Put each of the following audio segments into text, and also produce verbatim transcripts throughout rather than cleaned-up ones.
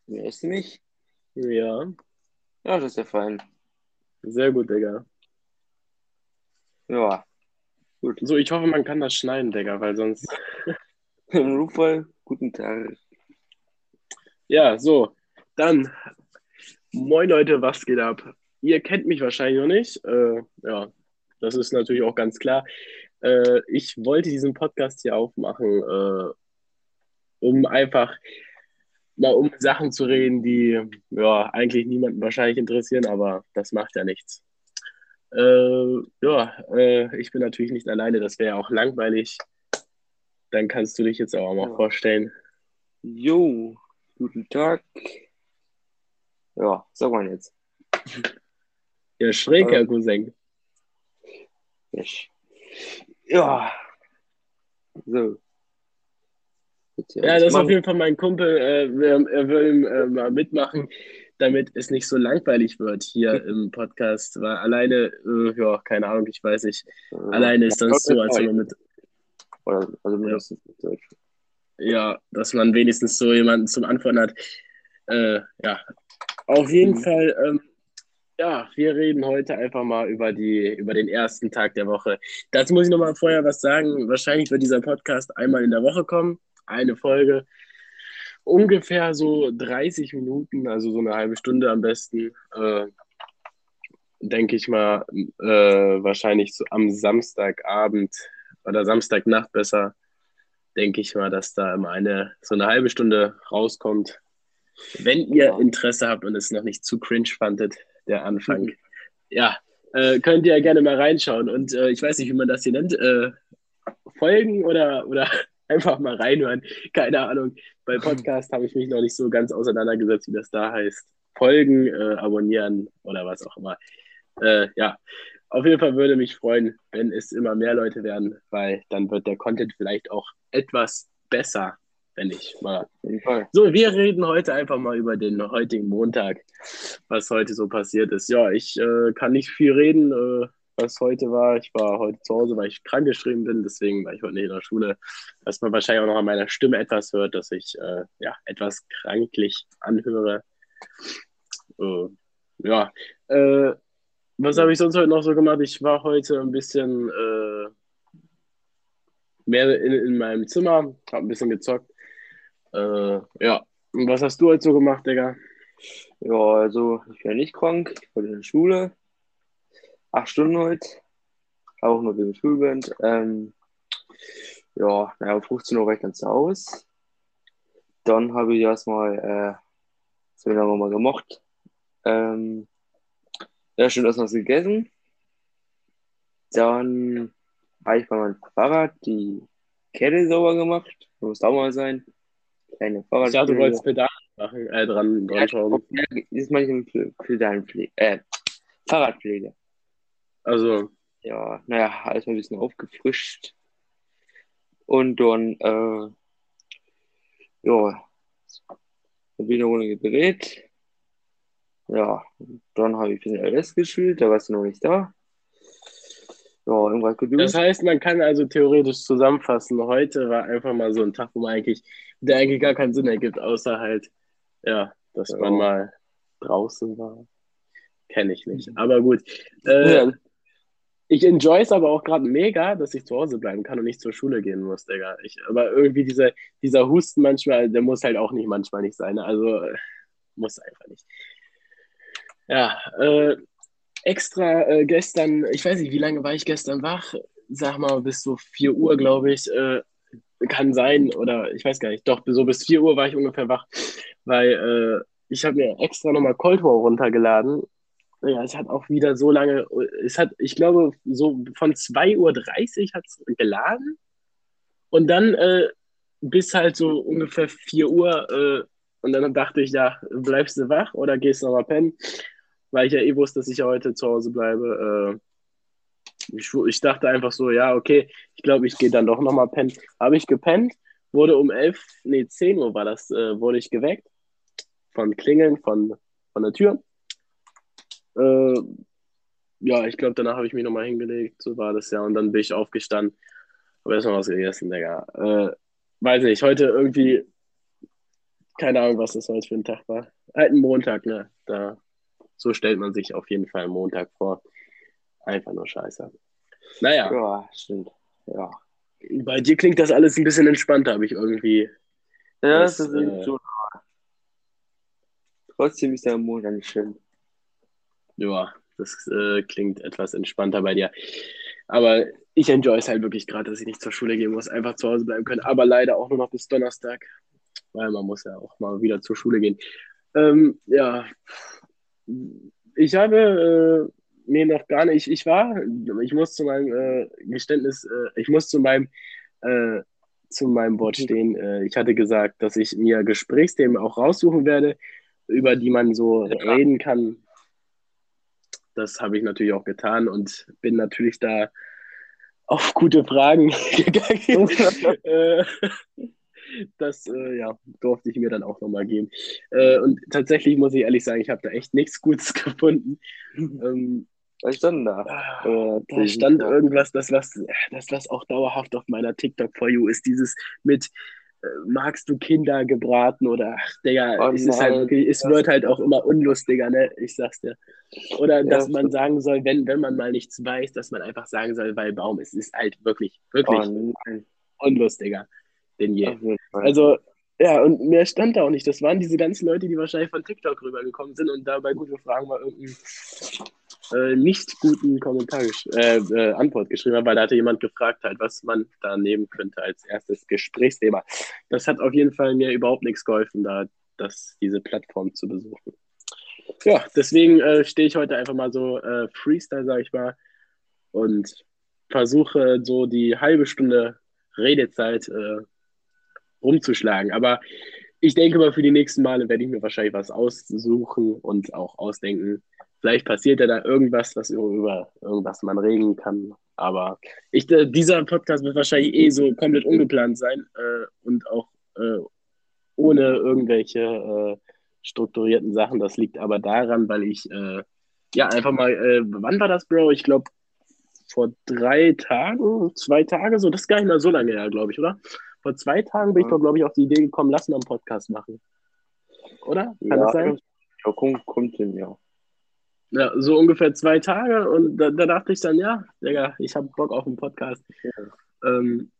Hörst du mich? Ja, Ja, das ist ja fein. sehr gut, Digga. Ja, gut. So, ich hoffe, man kann das schneiden, Digga, weil sonst. Im Rufall, guten Tag. Ja, so. Dann, moin Leute, was geht ab? Ihr kennt mich wahrscheinlich noch nicht. Äh, ja, das ist natürlich auch ganz klar. Äh, ich wollte diesen Podcast hier aufmachen, äh, um einfach mal um Sachen zu reden, die ja eigentlich niemanden wahrscheinlich interessieren, aber das macht ja nichts. Äh, ja, äh, ich bin natürlich nicht alleine, das wäre ja auch langweilig. Dann kannst du dich jetzt auch mal Ja. vorstellen. Jo, guten Tag. Ja, sag mal jetzt. Ja, schräg, Äh, Herr Cousin. ich. Ja, so. Jetzt hier Ja, was das ist auf machen. jeden Fall mein Kumpel. Äh, er, er will äh, mal mitmachen, damit es nicht so langweilig wird hier im Podcast. Weil alleine, äh, ja, keine Ahnung, ich weiß nicht. Ja, Alleine man ist das sollte so, es als wenn mal, man mit, oder, also ja, mindestens mit Deutsch. ja, dass man wenigstens so jemanden zum Antworten hat. Äh, ja, auf jeden Mhm. Fall. Ähm, ja, wir reden heute einfach mal über die, über den ersten Tag der Woche. Dazu muss ich noch mal vorher was sagen. Wahrscheinlich wird dieser Podcast einmal in der Woche kommen, eine Folge. Ungefähr so dreißig Minuten, also so eine halbe Stunde am besten, äh, denke ich mal, äh, wahrscheinlich so am Samstagabend oder Samstagnacht besser, denke ich mal, dass da immer eine, so eine halbe Stunde rauskommt. Wenn ihr Ja. Interesse habt und es noch nicht zu cringe fandet, der Anfang, ja, äh, könnt ihr ja gerne mal reinschauen. Und äh, ich weiß nicht, wie man das hier nennt, äh, folgen oder, oder einfach mal reinhören. Keine Ahnung. Bei Podcast habe ich mich noch nicht so ganz auseinandergesetzt, wie das da heißt. Folgen, äh, abonnieren oder was auch immer. Äh, ja, auf jeden Fall würde mich freuen, wenn es immer mehr Leute werden, weil dann wird der Content vielleicht auch etwas besser, wenn ich mal. Auf jeden Fall. So, wir reden heute einfach mal über den heutigen Montag, was heute so passiert ist. Ja, ich äh, kann nicht viel reden, äh, was heute war. Ich war heute zu Hause, weil ich krankgeschrieben bin, deswegen war ich heute nicht in der Schule. Was man wahrscheinlich auch noch an meiner Stimme etwas hört, dass ich äh, ja, etwas kranklich anhöre. Äh, ja, äh, was habe Ja. ich sonst heute noch so gemacht? Ich war heute ein bisschen äh, mehr in, in meinem Zimmer, habe ein bisschen gezockt. Äh, ja, und was hast du heute so gemacht, Digga? Ja, also ich bin ja nicht krank. Ich war in der Schule. Acht Stunden heute. Auch nur wegen Schulband. Ähm, ja, naja, um fünfzehn Uhr war ich dann zu Hause. Dann habe ich erstmal, äh, das habe ich dann mal gemacht. Ähm, ja, schon erstmal was gegessen. Dann habe ich bei meinem Fahrrad die Kette sauber gemacht. Muss auch mal sein. Kleine Ich dachte, du Fahrradpflege. wolltest Pedale machen, äh, dran, Ja, dran schrauben. ist manchmal Pedalenpflege. Äh, Fahrradpflege. Also, Ja, naja, alles mal ein bisschen aufgefrischt. Und dann, äh, ja, habe ich eine Runde gedreht. Ja, dann habe ich ein bisschen L S gespielt, da warst du noch nicht da. Ja, irgendwas das geduscht. heißt, man kann also theoretisch zusammenfassen, heute war einfach mal so ein Tag, wo man eigentlich, der eigentlich gar keinen Sinn ergibt, außer halt, ja, dass man Ja. mal draußen war. Kenne ich nicht. Aber gut. Äh, Ja, ich enjoy es aber auch gerade mega, dass ich zu Hause bleiben kann und nicht zur Schule gehen muss, Digga. Ich, aber irgendwie dieser, dieser Husten manchmal, der muss halt auch nicht manchmal nicht sein. Ne? Also äh, muss einfach nicht. Ja, äh, extra äh, gestern, ich weiß nicht, wie lange war ich gestern wach? Sag mal, bis so vier Uhr, glaube ich. Äh, kann sein, oder ich weiß gar nicht. Doch, so bis vier Uhr war ich ungefähr wach, weil äh, ich habe mir extra nochmal Cold War runtergeladen. Ja, es hat auch wieder so lange, es hat, ich glaube, so von zwei Uhr dreißig hat es geladen und dann äh, bis halt so ungefähr vier Uhr äh, und dann dachte ich, ja, bleibst du wach oder gehst nochmal pennen, weil ich ja eh wusste, dass ich ja heute zu Hause bleibe. Äh, ich, ich dachte einfach so, ja, okay, ich glaube, ich gehe dann doch nochmal pennen. Habe ich gepennt, wurde um elf, nee, zehn Uhr war das, äh, wurde ich geweckt von Klingeln von, von der Tür. Äh, ja, ich glaube, danach habe ich mich nochmal hingelegt, so war das ja. Und dann bin ich aufgestanden, habe erstmal was gegessen, Digga. Äh, weiß nicht, heute irgendwie keine Ahnung, was das heute für ein Tag war. Halt ein Montag, ne? Da, so stellt man sich auf jeden Fall einen Montag vor. Einfach nur scheiße. Naja, Ja, stimmt. Ja. bei dir klingt das alles ein bisschen entspannter, habe ich irgendwie. Ja, das Das, ist äh, so. Trotzdem ist der Montag nicht schön. ja, das äh, klingt etwas entspannter bei dir. Aber ich enjoy es halt wirklich gerade, dass ich nicht zur Schule gehen muss, einfach zu Hause bleiben können. Aber leider auch nur noch bis Donnerstag, weil man muss ja auch mal wieder zur Schule gehen. Ähm, ja, ich habe äh, mir noch gar nicht, ich war, ich muss zu meinem äh, Geständnis, äh, ich muss zu meinem, äh, zu meinem Wort stehen. Äh, ich hatte gesagt, dass ich mir Gesprächsthemen auch raussuchen werde, über die man so reden kann. Das habe ich natürlich auch getan und bin natürlich da auf gute Fragen gegangen. äh, das äh, ja, durfte ich mir dann auch nochmal geben. Äh, und tatsächlich muss ich ehrlich sagen, ich habe da echt nichts Gutes gefunden. Ähm, Was ist denn da? Äh, Da stand irgendwas, das was, das was auch dauerhaft auf meiner TikTok for You ist, dieses mit äh, magst du Kinder gebraten oder ach, Digga, Oh es ist halt nein. wirklich, es wird halt auch immer unlustiger, ne? Ich sag's dir. Oder Ja, dass man sagen soll, wenn, wenn man mal nichts weiß, dass man einfach sagen soll, weil Baum, es ist halt wirklich, oh wirklich nein. unlustiger denn je. Auf jeden Fall. Also, ja, und mehr stand da auch nicht. Das waren diese ganzen Leute, die wahrscheinlich von TikTok rübergekommen sind und dabei gute Fragen mal irgendeinen äh, nicht guten Kommentar, gesch- äh, äh, Antwort geschrieben haben, weil da hatte jemand gefragt halt, was man da nehmen könnte als erstes Gesprächsthema. Das hat auf jeden Fall mir überhaupt nichts geholfen, da das, diese Plattform zu besuchen. Ja, deswegen äh, stehe ich heute einfach mal so äh, Freestyle, sag ich mal, und versuche so die halbe Stunde Redezeit äh, rumzuschlagen. Aber ich denke mal, für die nächsten Male werde ich mir wahrscheinlich was aussuchen und auch ausdenken. Vielleicht passiert ja da irgendwas, was über irgendwas man reden kann. Aber ich, äh, dieser Podcast wird wahrscheinlich eh so komplett ungeplant sein äh, und auch äh, ohne irgendwelche äh, strukturierten Sachen. Das liegt aber daran, weil ich äh, ja einfach mal, äh, wann war das, Bro? Ich glaube vor drei Tagen, zwei Tage, so, das ist gar nicht mal so lange her, glaube ich, oder? Vor zwei Tagen bin ich doch, glaube ich, auf die Idee gekommen, lass mal einen Podcast machen. Oder? Kann das Ja, sein? ja, kommt, kommt hin, ja. Ja, so ungefähr zwei Tage und da, da dachte ich dann, ja, Digga, ich habe Bock auf einen Podcast. Ähm,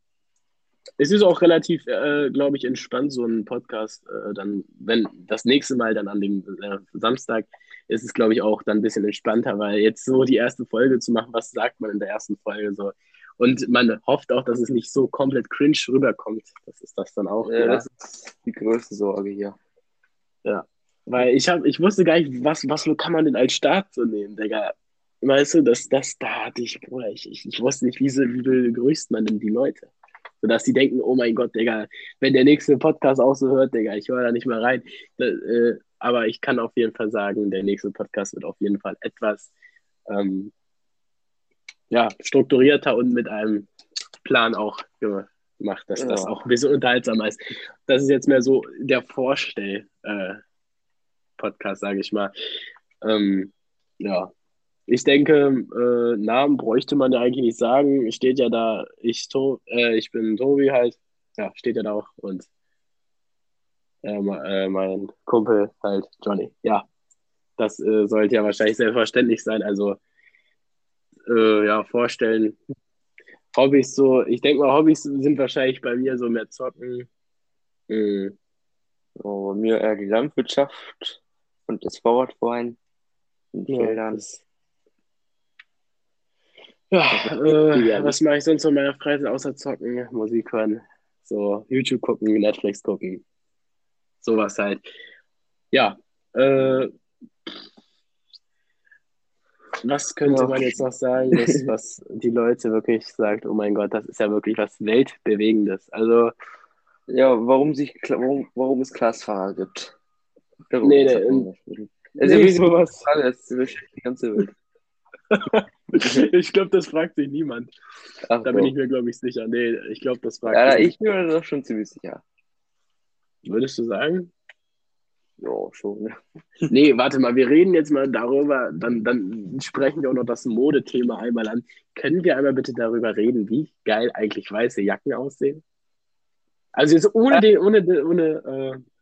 Es ist auch relativ, äh, glaube ich, entspannt, so ein Podcast. Äh, dann, wenn das nächste Mal dann an dem äh, Samstag ist es, glaube ich, auch dann ein bisschen entspannter, weil jetzt so die erste Folge zu machen, was sagt man in der ersten Folge so? Und man hofft auch, dass es nicht so komplett cringe rüberkommt. Das ist das dann auch, Ja, ja. das ist die größte Sorge hier. Ja. Weil ich habe, ich wusste gar nicht, was, was kann man denn als Start so nehmen, Digga. Weißt du, das, das, da hatte ich, Bruder, ich, ich, ich wusste nicht, wie, so, wie begrüßt man denn die Leute? Sodass die denken, oh mein Gott, Digga, wenn der nächste Podcast auch so hört, Digga, ich höre da nicht mehr rein. Da, äh, aber ich kann auf jeden Fall sagen, der nächste Podcast wird auf jeden Fall etwas ähm, ja, strukturierter und mit einem Plan auch gemacht, dass das Ja, auch ein bisschen unterhaltsamer ist. Das ist jetzt mehr so der Vorstell, äh, Podcast, sage ich mal. Ähm, ja, ich denke, äh, Namen bräuchte man ja eigentlich nicht sagen. Steht ja da, ich, to äh, ich bin Tobi halt. Ja, steht ja da auch. Und äh, äh, mein Kumpel halt Johnny. Ja, das äh, sollte ja wahrscheinlich selbstverständlich sein. Also, äh, ja, vorstellen. Hobbys so, ich denke mal, Hobbys sind wahrscheinlich bei mir so mehr Zocken. Mhm. so, bei mir eher die Landwirtschaft und das Fahrradfahren in den Ja, Feldern. das, ja, äh, Ja, was mache ich sonst in meiner Freizeit außer zocken, Musik hören, so YouTube gucken, Netflix gucken, sowas halt. Ja, äh, was könnte ja. man jetzt noch sagen, das, was die Leute wirklich sagt, oh mein Gott, das ist ja wirklich was Weltbewegendes. Also, Ja, warum sich, Kla- warum, warum es Glasfahrer gibt. nee, Darüber sollte man nee, mal sprechen. Es ist ja nee, wirklich eine sowas. Frage, das beschäftigt die ganze Welt. Ich glaube, das fragt sich niemand. Ach Da bin ich doch. mir, glaube ich, sicher. Nee, ich glaube, das fragt sich Ja, nicht. ich bin mir doch schon ziemlich sicher. Würdest du sagen? Ja, schon. Ne? Nee, warte mal, wir reden jetzt mal darüber, dann, dann sprechen wir auch noch das Modethema einmal an. Können wir einmal bitte darüber reden, wie geil eigentlich weiße Jacken aussehen? Also jetzt ohne den, ohne, den- ohne äh,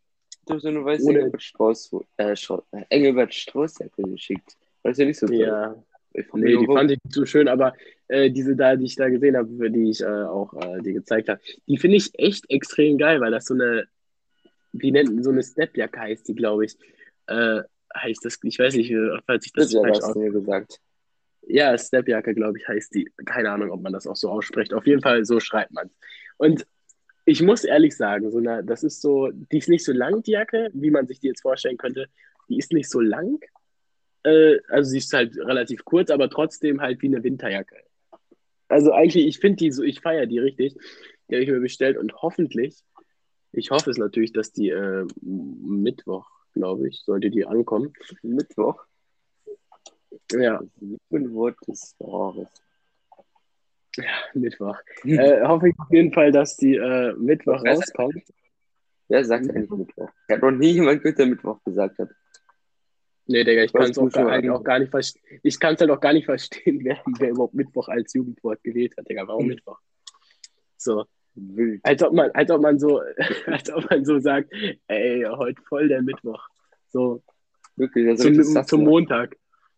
Du hast so eine weiße Ohne, Engelbert Strauß, äh, Strauß, äh, Engelbert Strauß-Jacke geschickt. Das ist ja nicht so toll. ja, Ich frag mich nee, nur, die warum. fand ich nicht so schön, aber äh, diese da, die ich da gesehen habe, die ich äh, auch äh, dir gezeigt habe, die finde ich echt extrem geil, weil das so eine, wie nennt so eine Snapjacke heißt die, glaube ich. Äh, heißt das, ich weiß nicht, äh, falls ich das Ja, falsch hast aus. du mir gesagt. Ja, Snapjacke, glaube ich, heißt die. Keine Ahnung, ob man das auch so ausspricht. Auf jeden Fall, so schreibt man es. Und ich muss ehrlich sagen, so eine, das ist so, die ist nicht so lang, die Jacke, wie man sich die jetzt vorstellen könnte. Die ist nicht so lang. Äh, also sie ist halt relativ kurz, aber trotzdem halt wie eine Winterjacke. Also eigentlich, ich finde die so, ich feiere die richtig. Die habe ich mir bestellt und hoffentlich, ich hoffe es natürlich, dass die äh, Mittwoch, glaube ich, sollte die ankommen. Mittwoch. Ja, Ein Wort des Jahres. Mittwoch. Hm. Äh, hoffe ich auf jeden Fall, dass die äh, Mittwoch Wer rauskommt. Wer sagt eigentlich Mittwoch? Ich habe noch nie jemand gehört, der Mittwoch gesagt hat. Nee, Digga, ich kann es Schaust du auch, gar- schon eigentlich an? auch gar nicht verstehen. Ich kann es halt auch gar nicht verstehen, wer, wer überhaupt Mittwoch als Jugendwort gewählt hat, Digga. Warum Hm. Mittwoch? So. Wild. Als ob man, als ob man so, als ob man so sagt, ey, heute voll der Mittwoch. So, Wirklich, das ist zum, richtig sass, zum ne? Montag.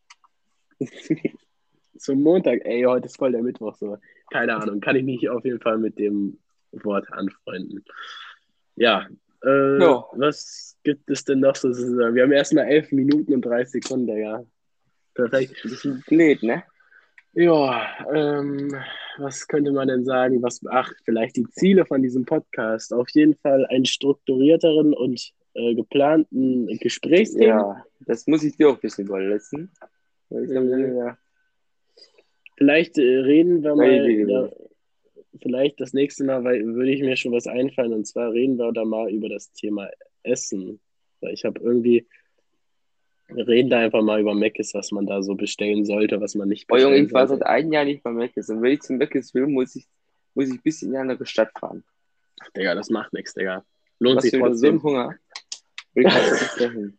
Zum Montag, ey, heute ist voll der Mittwoch. So. Keine Ahnung, kann ich mich auf jeden Fall mit dem Wort anfreunden. Ja, äh, Ja, was gibt es denn noch so zu sagen? Wir haben erstmal elf Minuten und dreißig Sekunden, Digga. Perfekt. ein bisschen blöd, ne? Ja, ähm, was könnte man denn sagen? Was, ach, vielleicht die Ziele von diesem Podcast. Auf jeden Fall einen strukturierteren und äh, geplanten Gesprächsthemen. Ja, das muss ich dir auch ein bisschen überlassen. Weil ich habe Mhm. ja Vielleicht äh, reden wir keine mal, Idee ja, gewesen. vielleicht das nächste Mal, weil würde ich mir schon was einfallen. Und zwar reden wir da mal über das Thema Essen. Weil ich habe irgendwie, wir reden da einfach mal über Mc's, was man da so bestellen sollte, was man nicht Oh Junge, bestellen ich war seit sollte. einem Jahr nicht beim Mc's. Und wenn ich zum Mc's will, muss ich, muss ich bis in eine andere Stadt fahren. Digga, das macht nichts, Digga. Du Lohnt hast sich wieder so einen trotzdem. Hunger. Will ich einfach nicht dahin.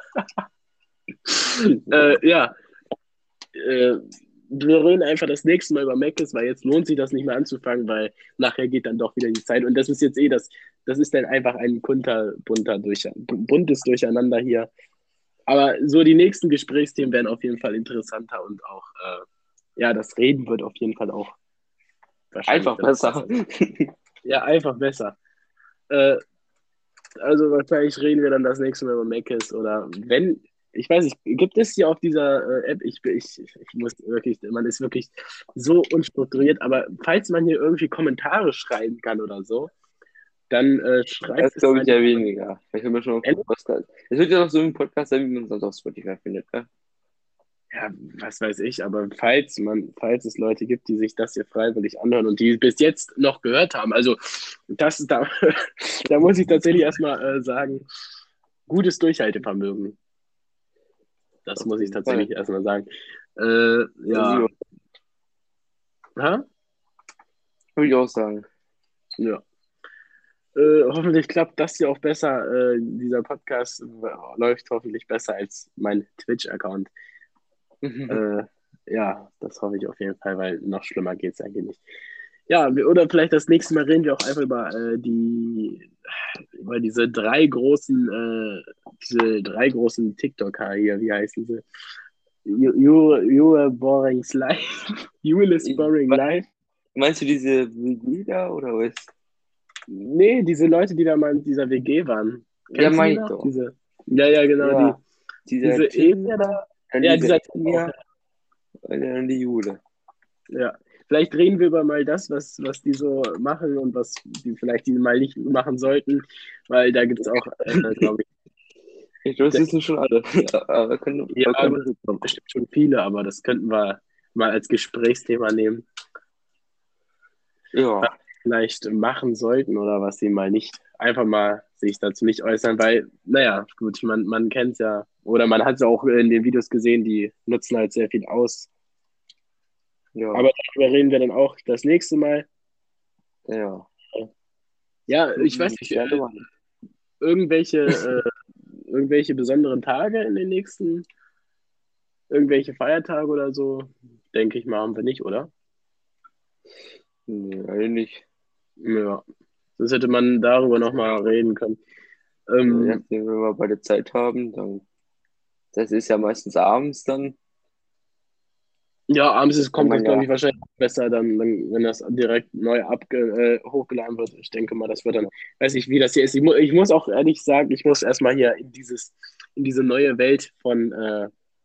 äh, ja, äh, wir reden einfach das nächste Mal über Mc's, weil jetzt lohnt sich das nicht mehr anzufangen, weil nachher geht dann doch wieder die Zeit. Und das ist jetzt eh das, das ist dann einfach ein bunter, bunter durch, buntes Durcheinander hier. Aber so die nächsten Gesprächsthemen werden auf jeden Fall interessanter und auch, äh, ja, das Reden wird auf jeden Fall auch wahrscheinlich Einfach dann auch besser. besser. Ja, einfach besser. Äh, also wahrscheinlich reden wir dann das nächste Mal über Mc's oder wenn, ich weiß nicht, gibt es hier auf dieser äh, App, ich, ich, ich muss wirklich, man ist wirklich so unstrukturiert, aber falls man hier irgendwie Kommentare schreiben kann oder so, dann äh, schreibt Das es glaube mal ich in die ja Kommentare. weniger. Ich habe mir schon auf dem Podcast. Es wird ja noch so ein Podcast sein, wie man es sonst auf Spotify findet, ne? Ja, was weiß ich, aber falls man, falls es Leute gibt, die sich das hier freiwillig anhören und die bis jetzt noch gehört haben, also das da, da muss ich tatsächlich erstmal äh, sagen, gutes Durchhaltevermögen. Das Auf muss ich jeden Fall. tatsächlich erstmal sagen. Äh, ja. Also, Ha? würde ich auch sagen. Ja. Äh, hoffentlich klappt das hier auch besser. Äh, dieser Podcast äh, läuft hoffentlich besser als mein Twitch-Account. Äh, ja, das hoffe ich auf jeden Fall, weil noch schlimmer geht es eigentlich nicht. Ja, wir- oder vielleicht das nächste Mal reden wir auch einfach über äh, die, über diese drei großen, äh, diese drei großen TikToker hier, wie heißen sie? You, you, you are boring life. You is Ich, boring life. meinst du diese Vegeta oder was? Nee, diese Leute, die da mal in dieser W G waren. Ja, Kennst du die meine ich noch? doch. Diese, ja, ja, genau, die, Ja, dieser diese Emilia Tim, da. dann Ja, dieser dieser Typ auch, Emilia und dann die Jule. ja. Vielleicht reden wir über mal das, was, was die so machen und was die vielleicht die mal nicht machen sollten, weil da gibt es auch, äh, glaube ich, Ich glaube, das sehr, wissen schon alle. Aber können, ja, aber können es gibt bestimmt schon viele, aber das könnten wir mal als Gesprächsthema nehmen, was ja, sie vielleicht machen sollten oder was sie mal nicht, einfach mal sich dazu nicht äußern, weil, naja, gut, man, man kennt es ja, oder man hat es ja auch in den Videos gesehen, die nutzen halt sehr viel aus. ja, Aber darüber reden wir dann auch das nächste Mal. ja. Ja, ich weiß Hm, nicht, ja, äh, Mann. irgendwelche, äh, irgendwelche besonderen Tage in den nächsten, irgendwelche Feiertage oder so, denke ich mal, haben wir nicht, oder? Nee, eigentlich nicht. Ja, sonst hätte man darüber nochmal reden können. Also, je Ähm, nachdem, wenn wir beide Zeit haben, dann, das ist ja meistens abends dann, ja, abends ist, kann kommt das, man glaube ja, ich, wahrscheinlich besser, dann, dann, wenn das direkt neu abge, äh, hochgeladen wird. Ich denke mal, das wird dann, weiß ich, wie das hier ist. Ich, mu ich muss auch ehrlich sagen, ich muss erstmal hier in dieses, in diese neue Welt von äh,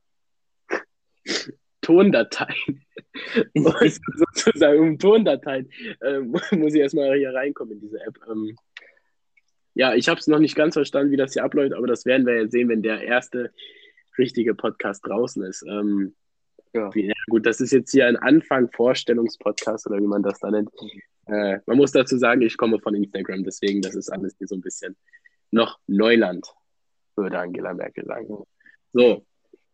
Tondateien, sozusagen um Tondateien, äh, muss ich erstmal hier reinkommen in diese App. Ähm, ja, ich habe es noch nicht ganz verstanden, wie das hier abläuft, aber das werden wir jetzt sehen, wenn der erste richtige Podcast draußen ist. Ähm, ja. wie, ja, gut, das ist jetzt hier ein Anfang Vorstellungspodcast oder wie man das da nennt. Äh, man muss dazu sagen, ich komme von Instagram, deswegen das ist alles hier so ein bisschen noch Neuland, würde Angela Merkel sagen. So,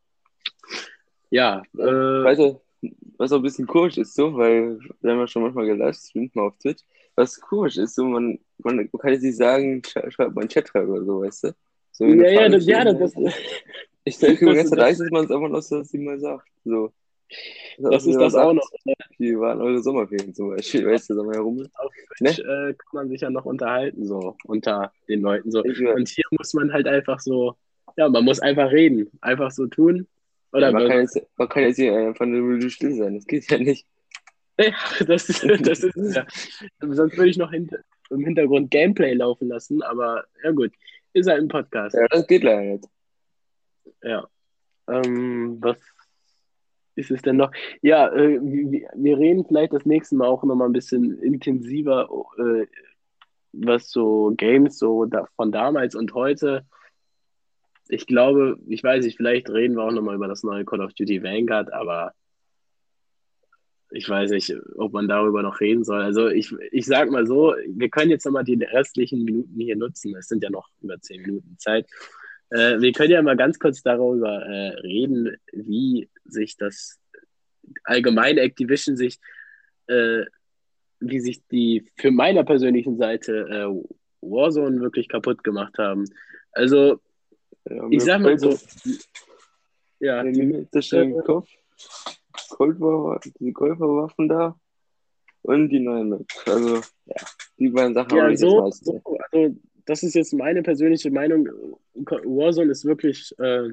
ja, Ja, äh, weißt du, was auch ein bisschen komisch ist, so, weil wir haben ja schon manchmal gelivestreamt, mal auf Twitch. Was komisch ist, so, man, man, man kann jetzt nicht sagen, sch schreibt mal einen Chat rein oder so, weißt du? So, wenn eine ja, ja, Frage das, ja, steht, das, ne? Ich denke, mir das, ganz das, reicht, dass man es einfach noch so, dass sie mal sagt. So, dass das ist jemand das auch noch. sagt, wie waren eure Sommerferien zum Beispiel, weißt du, Sommer herum. Auf Twitch Ne? äh, kann man sich ja noch unterhalten, so unter den Leuten so. Ich, ja, Und hier muss man halt einfach so, ja, man muss einfach reden, einfach so tun. Oder man was? kann jetzt, man kann jetzt hier einfach nur still sein, das geht ja nicht. Ja, das, ist- das ist es ja. Sonst würde ich noch hint im Hintergrund Gameplay laufen lassen, aber ja gut, ist halt ein Podcast. Ja, das geht leider nicht. Ja. Ähm, was ist es denn noch? Ja, äh, wir, wir reden vielleicht das nächste Mal auch nochmal ein bisschen intensiver, äh, was so Games so da, von damals und heute. Ich glaube, ich weiß nicht, vielleicht reden wir auch nochmal über das neue Call of Duty Vanguard, aber ich weiß nicht, ob man darüber noch reden soll. Also ich, ich sag mal so, wir können jetzt nochmal die restlichen Minuten hier nutzen. Es sind ja noch über zehn Minuten Zeit. Äh, wir können ja mal ganz kurz darüber äh, reden, wie sich das allgemeine Activision sich, äh, wie sich die für meiner persönlichen Seite äh, Warzone wirklich kaputt gemacht haben. Also Ja, ich mir sag mal gefällt so, das, ja, der die, äh, mimetische Kopf, Cold War, diese Cold War Waffen da und die neuen Map. Also, ja, die beiden Sachen haben ja, mich das so, so, meiste. also das ist jetzt meine persönliche Meinung. Warzone ist wirklich, äh,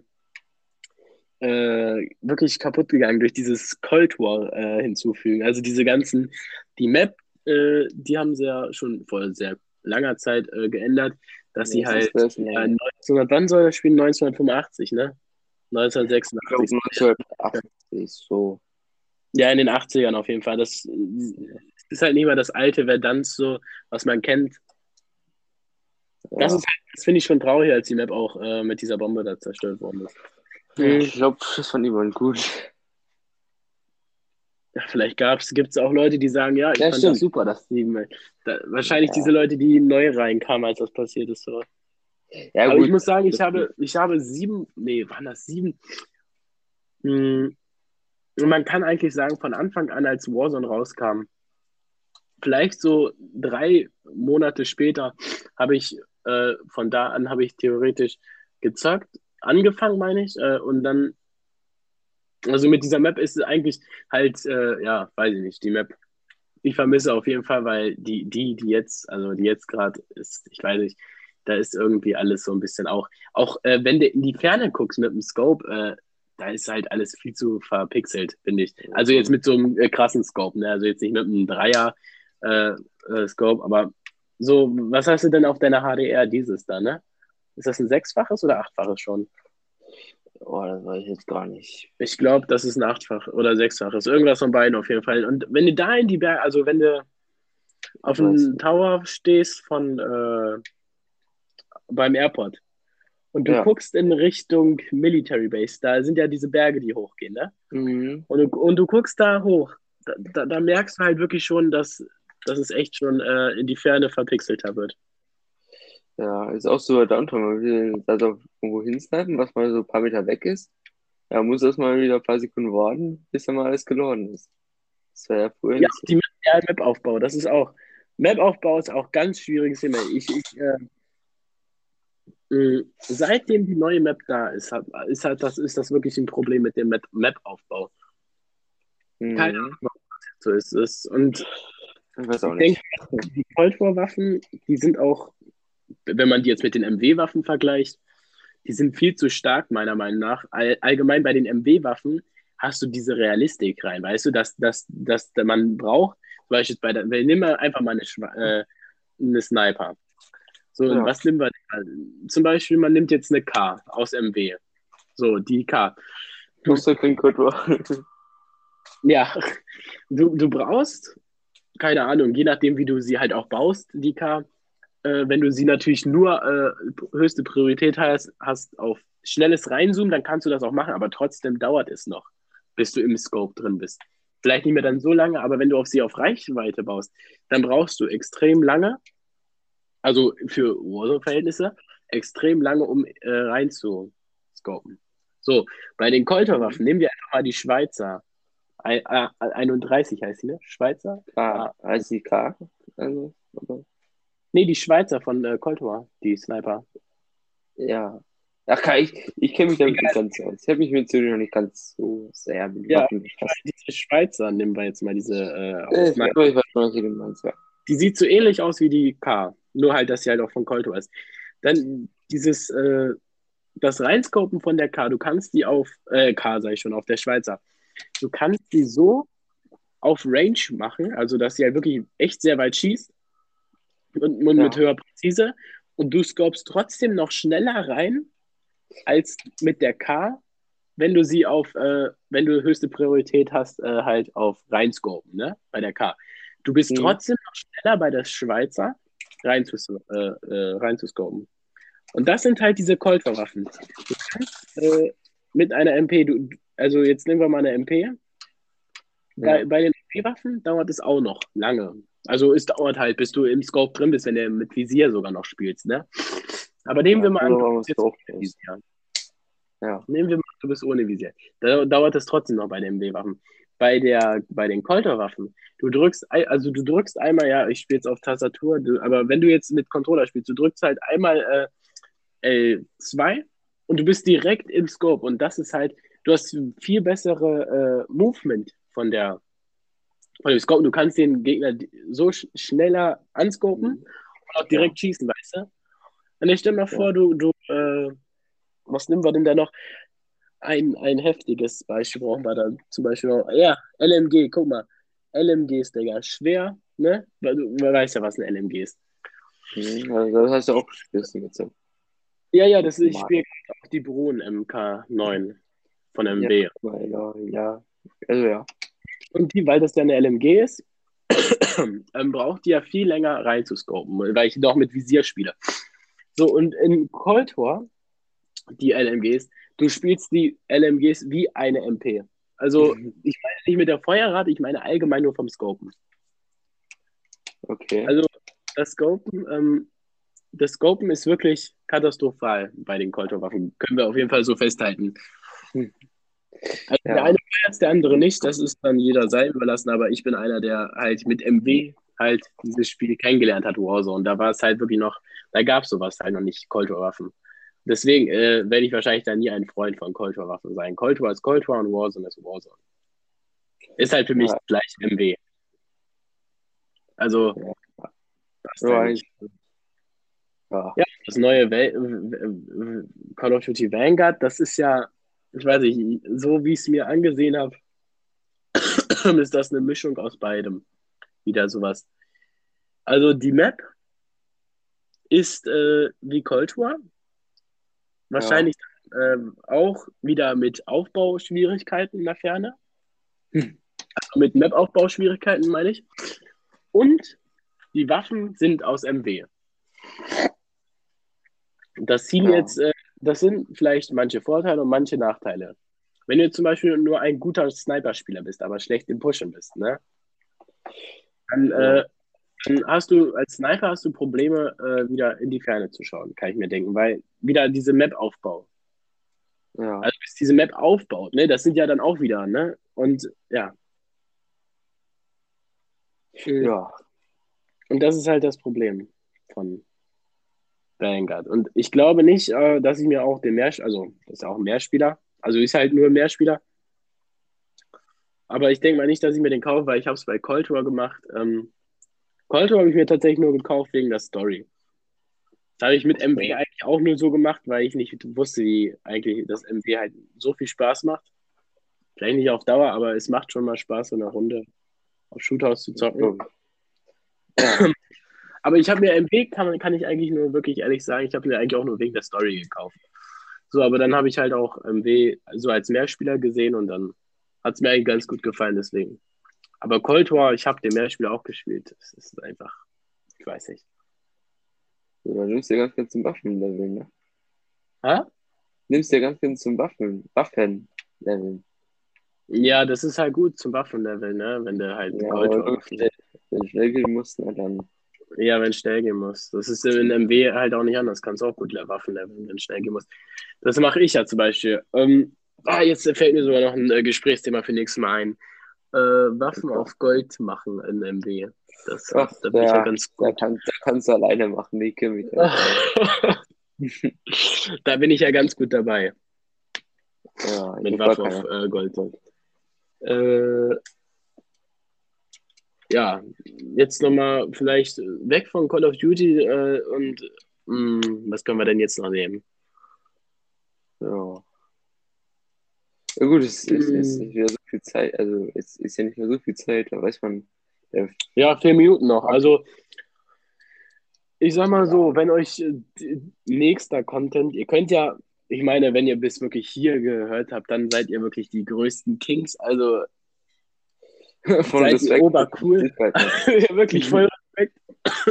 äh, wirklich kaputt gegangen durch dieses Cold War äh, hinzufügen. Also diese ganzen, die Map, äh, die haben sie ja schon vor sehr langer Zeit äh, geändert, dass sie Das halt ist sehr schon ja, lange. neunzehnhundert, wann soll das Spiel? neunzehnhundertfünfundachtzig, ne? Ich glaube neunzehnhundertsechsundachtzig. neunzehnhundertachtzig, so. Ja, in den achtzigern auf jeden Fall. Das ist halt nicht mehr das alte Verdansk, so, was man kennt. Das Ja. ist halt, das finde ich schon traurig, als die Map auch äh, mit dieser Bombe da zerstört worden ist. Ja, Mhm. ich glaube, das fand niemand gut. Ja, vielleicht gab's, gibt es auch Leute, die sagen, ja, ich Ja, fand das stimmt. super, dass die da, wahrscheinlich diese Ja, Leute, die neu reinkamen, als das passiert ist. So. ja Aber ich gut. muss sagen, ich Das, habe, ich habe sieben, nee, waren das sieben? Hm, man kann eigentlich sagen, von Anfang an, als Warzone rauskam, vielleicht so drei Monate später, habe ich, äh, von da an habe ich theoretisch gezockt, angefangen, meine ich, äh, und dann, also mit dieser Map ist es eigentlich halt, äh, ja, weiß ich nicht, die Map. Ich vermisse auf jeden Fall, weil die, die, die jetzt, also die jetzt gerade ist, ich weiß nicht, da ist irgendwie alles so ein bisschen auch, auch äh, wenn du in die Ferne guckst mit dem Scope, äh, da ist halt alles viel zu verpixelt, finde ich. Also jetzt mit so einem äh, krassen Scope, ne? Also jetzt nicht mit einem Dreier äh, äh, Scope, aber so, was hast du denn auf deiner H D R dieses da, ne? Ist das ein sechsfaches oder achtfaches schon? oh, das weiß ich jetzt gar nicht. Ich glaube, das ist ein achtfach oder sechsfaches. Irgendwas von beiden auf jeden Fall. Und wenn du da in die Berge, also wenn du auf Ich weiß dem nicht. Tower stehst von äh, beim Airport und du Ja. guckst in Richtung Military Base, da sind ja diese Berge, die hochgehen, ne? Mhm. Und du, und du guckst da hoch, da, da, da merkst du halt wirklich schon, dass, dass es echt schon äh, in die Ferne verpixelter wird. Ja, ist auch so bei Downtown. Man will also irgendwo hinsnipen, was mal so ein paar Meter weg ist. Ja, muss erst mal wieder ein paar Sekunden warten, bis dann mal alles geladen ist. Das war ja früher Ja, nicht so. die Map, ja, Map-Aufbau, das ist auch, Map-Aufbau ist auch ganz schwieriges Thema. Ich, ich äh, mh, seitdem die neue Map da ist, hat, ist halt das, ist das wirklich ein Problem mit dem Map- Map-Aufbau. Keine Ahnung, Mhm. warum das so ist. Es- Und Ich weiß auch ich nicht. denke, die Cold War Waffen, die sind auch wenn man die jetzt mit den M W-Waffen vergleicht, die sind viel zu stark, meiner Meinung nach. All, allgemein bei den M W-Waffen hast du diese Realistik rein, weißt du, dass, dass, dass man braucht, zum Beispiel bei der, wir nehmen einfach mal eine, äh, eine Sniper. So, und Ja. was nehmen wir denn? Zum Beispiel, man nimmt jetzt eine K aus M W. So, die K. Du musst ja kein Code machen. Ja, du, du brauchst, keine Ahnung, je nachdem, wie du sie halt auch baust, die K, äh, wenn du sie natürlich nur äh, höchste Priorität hast, hast auf schnelles Reinzoomen, dann kannst du das auch machen, aber trotzdem dauert es noch, bis du im Scope drin bist. Vielleicht nicht mehr dann so lange, aber wenn du auf sie auf Reichweite baust, dann brauchst du extrem lange, also für Warzone-Verhältnisse, extrem lange, um äh, reinzuscopen. So, bei den Kolterwaffen nehmen wir einfach mal die Schweizer. Ein, äh, einunddreißig heißt die, ne? Schweizer? K, heißt die K? Also, oder? Nee, die Schweizer von äh, Cold War, die Sniper. Ja. Ach, K, ich, ich kenne mich damit nicht ganz aus. Ich habe mich mit Zürich noch nicht ganz so sehr mit Ja, Waffen befasst. diese Schweizer, nehmen wir jetzt mal diese äh, Äh, Sniper. aber ich weiß schon, was du meinst, ja. Die sieht so ähnlich aus wie die K, nur halt, dass sie halt auch von Cold War ist. Dann dieses, äh, das Reinscopen von der K, du kannst die auf, äh, K sag ich schon, auf der Schweizer, du kannst die so auf Range machen, also dass sie halt wirklich echt sehr weit schießt und, und Ja. mit höherer Präzise und du scopest trotzdem noch schneller rein als mit der K, wenn du sie auf, äh, wenn du höchste Priorität hast, äh, halt auf reinscopen, ne, bei der K. Du bist Mhm. trotzdem noch schneller bei der Schweizer reinzus äh, äh, reinzuscopen. Und das sind halt diese Colt-Waffen. Du kannst äh, mit einer M P, du, also jetzt nehmen wir mal eine M P. Bei, Ja. bei den M P-Waffen dauert es auch noch lange. Also es dauert halt, bis du im Scope drin bist, wenn du mit Visier sogar noch spielst, ne? Aber nehmen wir Ja, mal an, so du machen wir bist es jetzt auch. ohne Visier. Ja. Nehmen wir mal, du bist ohne Visier. Da dauert es trotzdem noch bei den M W-Waffen. Bei der, bei den Kolter-Waffen, du drückst, ei- also du drückst einmal, ja, ich spiele jetzt auf Tastatur, du, aber wenn du jetzt mit Controller spielst, du drückst halt einmal äh, L zwei und du bist direkt im Scope und das ist halt, du hast viel bessere äh, Movement von der, von dem Scope. Du kannst den Gegner so sch schneller anscopen Mhm. und auch direkt schießen, weißt du? Und ich stell mal Ja. vor, du, du, äh, was nehmen wir denn da noch? Ein, ein heftiges Beispiel brauchen wir da zum Beispiel noch. Ja, L M G, guck mal. L M Gs, Digga, schwer, ne? Weil du man weiß ja, was ein L M G ist. Mhm. Also, das heißt ja auch gespielt jetzt. So. Ja, ja, das ist, ich Mal. spiele auch die Bruen M K neun von M W. Ja, ja, ja. Also ja. Und die, weil das ja eine L M G ist, ähm, braucht die ja viel länger reinzuscopen, weil ich doch mit Visier spiele. So, und in Cold War, die L M Gs, du spielst die L M Gs wie eine M P. Also, ich meine nicht mit der Feuerrate, ich meine allgemein nur vom Scopen. Okay. Also, das Scopen, ähm, das Scopen ist wirklich katastrophal bei den Cold War-Waffen. Können wir auf jeden Fall so festhalten. Hm. Also Ja. der eine feiert es, der andere nicht. Das ist dann jeder sein überlassen. Aber ich bin einer, der halt mit M W halt dieses Spiel kennengelernt hat, Warzone. Da war es halt wirklich noch, da gab es sowas halt noch nicht, Cold War-Waffen. Deswegen äh, werde ich wahrscheinlich dann nie ein Freund von Cold War-Waffen sein. Cold War ist Cold War und Warzone ist Warzone. Ist halt für mich Ja. gleich M W. Also, Ja. passt So halt eigentlich. nicht. Ja. Ja, das neue Wel Call of Duty Vanguard, das ist ja, ich weiß nicht, so wie ich es mir angesehen habe, ist das eine Mischung aus beidem. Wieder sowas. Also die Map ist äh, wie Cold War, wahrscheinlich ähm, auch wieder mit Aufbauschwierigkeiten in der Ferne. Hm. Also mit Map-Aufbauschwierigkeiten meine ich. Und die Waffen sind aus M W. Das ziehen Ja. jetzt, äh, das sind vielleicht manche Vorteile und manche Nachteile. Wenn du jetzt zum Beispiel nur ein guter Sniper-Spieler bist, aber schlecht im Pushen bist, ne? Dann, Ja. äh, dann hast du als Sniper hast du Probleme, äh, wieder in die Ferne zu schauen, kann ich mir denken, weil wieder diese Map-Aufbau. Ja. Also bis diese Map aufbaut, ne? Das sind ja dann auch wieder, ne? Und ja. Ja. Und das ist halt das Problem von Vanguard. Und ich glaube nicht, äh, dass ich mir auch den Mehrspieler, also das ist ja auch ein Mehrspieler, also ist halt nur ein Mehrspieler. Aber ich denke mal nicht, dass ich mir den kaufe, weil ich habe es bei Cold War gemacht. Ähm, Cold War habe ich mir tatsächlich nur gekauft wegen der Story. Das habe ich mit M W eigentlich auch nur so gemacht, weil ich nicht wusste, wie eigentlich das M W halt so viel Spaß macht. Vielleicht nicht auf Dauer, aber es macht schon mal Spaß, so eine Runde auf Shoothouse zu zocken. Ja. Aber ich habe mir M W, kann, kann ich eigentlich nur wirklich ehrlich sagen, ich habe mir eigentlich auch nur wegen der Story gekauft. So, aber dann habe ich halt auch M W so als Mehrspieler gesehen und dann hat es mir eigentlich ganz gut gefallen, deswegen. Aber Cold War, ich habe den Mehrspieler auch gespielt. Es ist einfach, ich weiß nicht. Ja, dann nimmst du ja ganz ganz zum Waffenlevel, ne? Hä? Nimmst du ja ganz ganz zum Waffen, Waffenlevel. Ja, das ist halt gut zum Waffenlevel, ne? Wenn du halt Ja, Cold aber War wenn du Waffen. schnell, wenn du schnell gehen musst, na dann. Ja, wenn schnell gehen muss. Das ist in M W halt auch nicht anders. Kannst auch gut Waffen leveln, wenn schnell gehen muss. Das mache ich ja zum Beispiel. Ähm, ah, jetzt fällt mir sogar noch ein äh, Gesprächsthema für nächstes Mal ein. Äh, Waffen auf Gold machen in M W. Das, Ach, da bin ich ja ja, ganz da, gut. kann, da kannst du alleine machen, nee, kenn mich Da bin ich ja ganz gut dabei. Ja, ich Mit hab gar Waffen auf keine. äh, Gold. Äh, ja, jetzt nochmal vielleicht weg von Call of Duty äh, und mh, was können wir denn jetzt noch nehmen? Ja. Ja gut, es ist, ist Mh, nicht mehr so viel Zeit, also es ist ja nicht mehr so viel Zeit, da weiß man, ja, ja, vier Minuten noch. Also ich sag mal so, wenn euch äh, d- nächster Content, ihr könnt ja, ich meine, wenn ihr bis wirklich hier gehört habt, dann seid ihr wirklich die größten Kings. Also von seid ihr Respekt. obercool. Wirklich voll Respekt.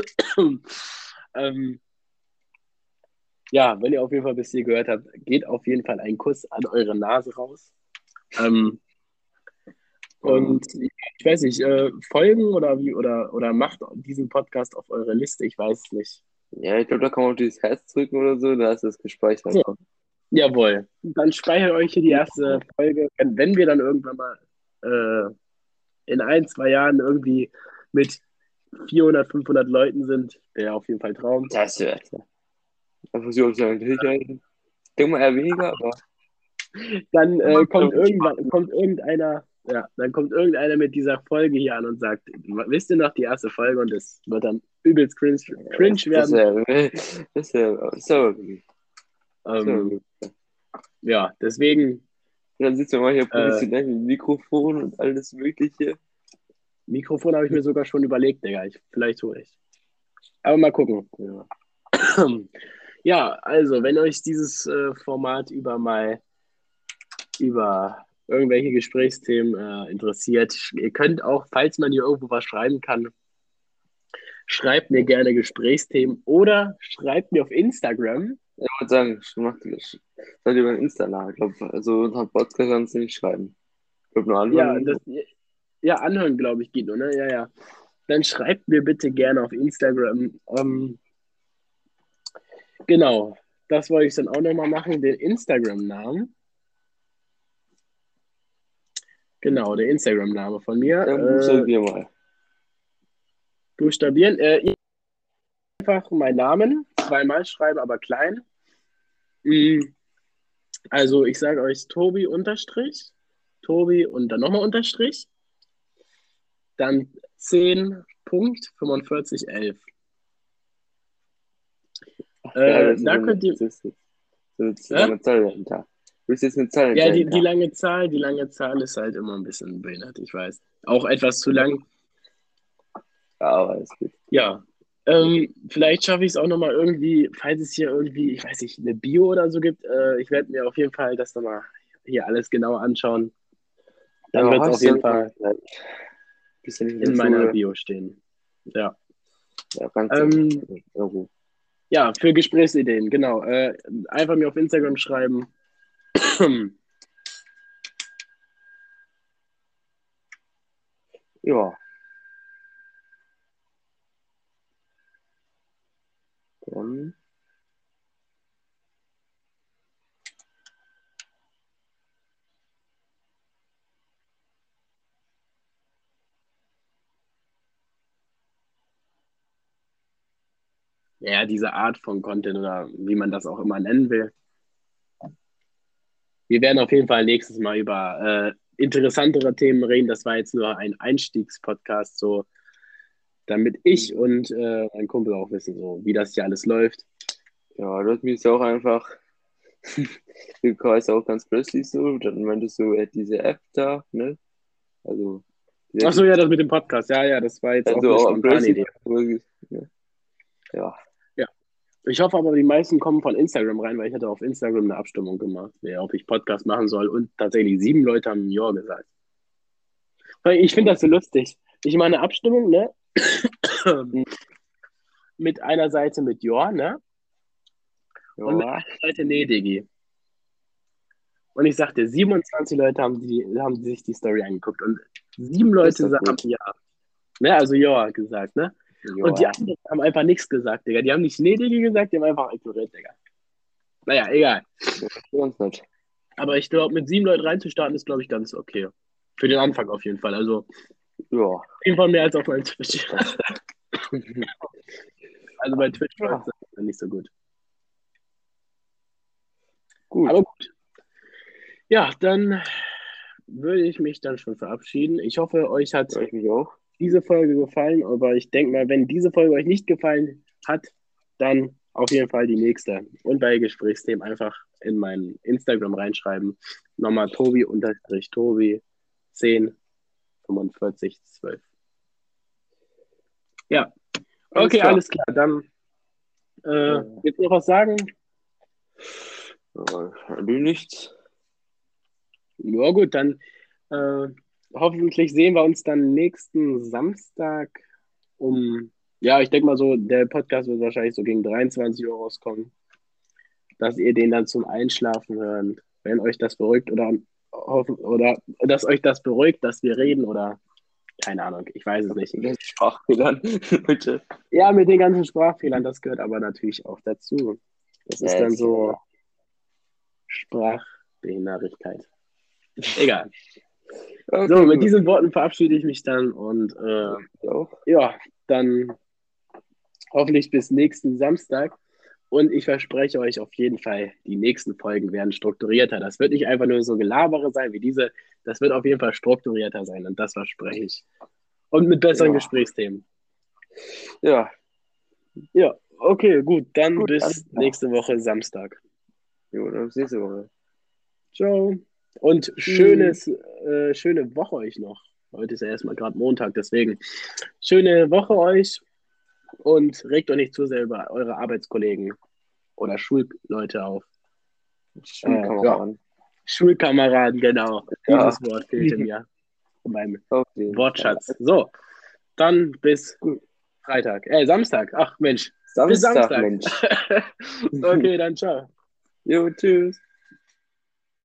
ähm, ja, wenn ihr auf jeden Fall bis hier gehört habt, geht auf jeden Fall ein Kuss an eure Nase raus. Ähm, Und und ich weiß nicht, äh, folgen oder wie, oder, oder macht diesen Podcast auf eure Liste, ich weiß es nicht. ja, ich glaube, da kann man auf dieses Herz drücken oder so, da ist es gespeichert. So, jawohl. Dann speichert euch hier die erste Folge. Wenn, wenn wir dann irgendwann mal äh, in ein, zwei Jahren irgendwie mit vierhundert, fünfhundert Leuten sind, wäre auf jeden Fall Traum. Das wäre es. Da versuche ich natürlich halten. Ich denke mal eher weniger, aber Dann äh, kommt irgendwann, kommt irgendeiner, ja, dann kommt irgendeiner mit dieser Folge hier an und sagt, wisst ihr noch die erste Folge und es wird dann übelst cringe, cringe das werden. wäre das wäre das wär wirklich. Das wär Ähm, wirklich. ja, deswegen Und dann sitzen wir mal hier äh, professionell mit Mikrofon und alles Mögliche. Mikrofon habe ich mir sogar schon überlegt, Digga. Ich, vielleicht hole ich. Aber mal gucken. Ja. Ja, also, wenn euch dieses äh, Format über mal über irgendwelche Gesprächsthemen äh, interessiert, ihr könnt auch, falls man hier irgendwo was schreiben kann, schreibt mir gerne Gesprächsthemen oder schreibt mir auf Instagram. Ich würde sagen, mach das. Seid ihr beim Insta nach. Ich glaube, also unseren Podcast kannst du nicht schreiben. Ich glaube, nur Ja, anhören. das, ja, anhören, glaube ich, geht nur, ne? Ja, ja. Dann schreibt mir bitte gerne auf Instagram. Ähm, genau, das wollte ich dann auch nochmal machen, den Instagram-Namen. Genau, der Instagram-Name von mir. Dann Äh, buchstabier mal. buchstabieren. Äh, einfach meinen Namen zweimal schreiben, aber klein. Mm, Also ich sage euch Tobi Unterstrich, Tobi und dann nochmal Unterstrich, dann zehn Punkt fünfundvierzig elf. Ja, Äh, das ist da so eine, könnt ihr, das ist, das ist eine äh? lange Zahl dahinter. Du bist jetzt eine Zahl Ja, die, die dahinter. lange Zahl, die lange Zahl ist halt immer ein bisschen behindert, ich weiß. Auch etwas zu lang. Ja, aber alles gut. Ja, ähm, vielleicht schaffe ich es auch nochmal irgendwie, falls es hier irgendwie, ich weiß nicht, eine Bio oder so gibt. Äh, ich werde mir auf jeden Fall das nochmal hier alles genauer anschauen. Dann Ja, wird es auf hast du jeden ja Fall bist ja nicht in der in meiner Schule. Bio stehen. Ja. Ja, kannst du. Ähm, Ja, gut. ja, für Gesprächsideen, genau. Äh, einfach mir auf Instagram schreiben. Ja, dann. Ja, diese Art von Content oder wie man das auch immer nennen will. Wir werden auf jeden Fall nächstes Mal über äh, interessantere Themen reden. Das war jetzt nur ein Einstiegspodcast, so damit ich und äh, mein Kumpel auch wissen, so wie das hier alles läuft. Ja, du hast mich auch einfach, du warst auch ganz plötzlich so, dann meintest du, äh, diese App da, ne? Also, die Achso, ja, das mit dem Podcast. Ja, ja, das war jetzt auch also eine auch spontane plötzlich, Idee. ja, Ja. Ich hoffe aber, die meisten kommen von Instagram rein, weil ich hatte auf Instagram eine Abstimmung gemacht, wer, ob ich Podcast machen soll. Und tatsächlich sieben Leute haben Ja gesagt. Weil ich finde das so lustig. Ich mache eine Abstimmung, ne? Mit einer Seite mit Ja, ne? Und mit ja, einer Seite Nee, Diggi. Und ich sagte, siebenundzwanzig Leute haben, die, haben sich die Story angeguckt und sieben ist Leute doch haben gut. Ja. Ne? Also Ja gesagt, ne? Und die Ja, anderen haben einfach nichts gesagt, Digga. Die haben nicht Nee, Diggi gesagt, die haben einfach ignoriert, Digga. Naja, egal. für uns nicht. Aber ich glaube, mit sieben Leuten reinzustarten, ist, glaube ich, ganz okay. Für den Anfang auf jeden Fall. Also, Ja, auf jeden Fall mehr als auf meinem Twitch. Also bei Twitch ja, läuft es nicht so gut. gut. Aber gut. Ja, dann würde ich mich dann schon verabschieden. Ich hoffe, euch hat Ja, ich mich auch. diese Folge gefallen, aber ich denke mal, wenn diese Folge euch nicht gefallen hat, dann auf jeden Fall die nächste. Und bei Gesprächsthemen einfach in mein Instagram reinschreiben. Nochmal Tobi unterstrich Tobi zehn fünfundvierzig zwölf. Ja, Alles okay, klar. alles klar. Dann äh, jetzt noch was sagen? Ja, du nichts. Ja gut, dann äh, hoffentlich sehen wir uns dann nächsten Samstag um, ja, ich denke mal so, der Podcast wird wahrscheinlich so gegen dreiundzwanzig Uhr rauskommen, dass ihr den dann zum Einschlafen hört, wenn euch das beruhigt oder, hoffen, oder dass euch das beruhigt, dass wir reden oder keine Ahnung, ich weiß es nicht. Das Sprachfehlern, bitte. Ja, mit den ganzen Sprachfehlern, das gehört aber natürlich auch dazu. Das ist Ja, dann ist so klar. Sprachbehinderigkeit. Egal. Okay, So, mit gut. diesen Worten verabschiede ich mich dann und äh, Ich auch. ja, dann hoffentlich bis nächsten Samstag. Und ich verspreche euch auf jeden Fall, die nächsten Folgen werden strukturierter. Das wird nicht einfach nur so Gelabere sein wie diese. Das wird auf jeden Fall strukturierter sein und das verspreche ich. Und mit besseren Ja. Gesprächsthemen. Ja, Ja, okay, gut. Dann gut, alles bis klar. nächste Woche Samstag. Jo, dann bis nächste Woche. Ciao. Und schönes, äh, schöne Woche euch noch. Heute ist ja erstmal gerade Montag, deswegen schöne Woche euch und regt euch nicht zu sehr über eure Arbeitskollegen oder Schulleute auf. Äh, ja, Schulkameraden. Schulkameraden, genau. Ja. Dieses Wort fehlte mir in meinem Auf jeden Wortschatz. So, dann bis Gut. Freitag. Äh, Samstag. Ach Mensch. Bis Samstag, Samstag. Mensch. Okay, dann ciao. Jo, tschüss.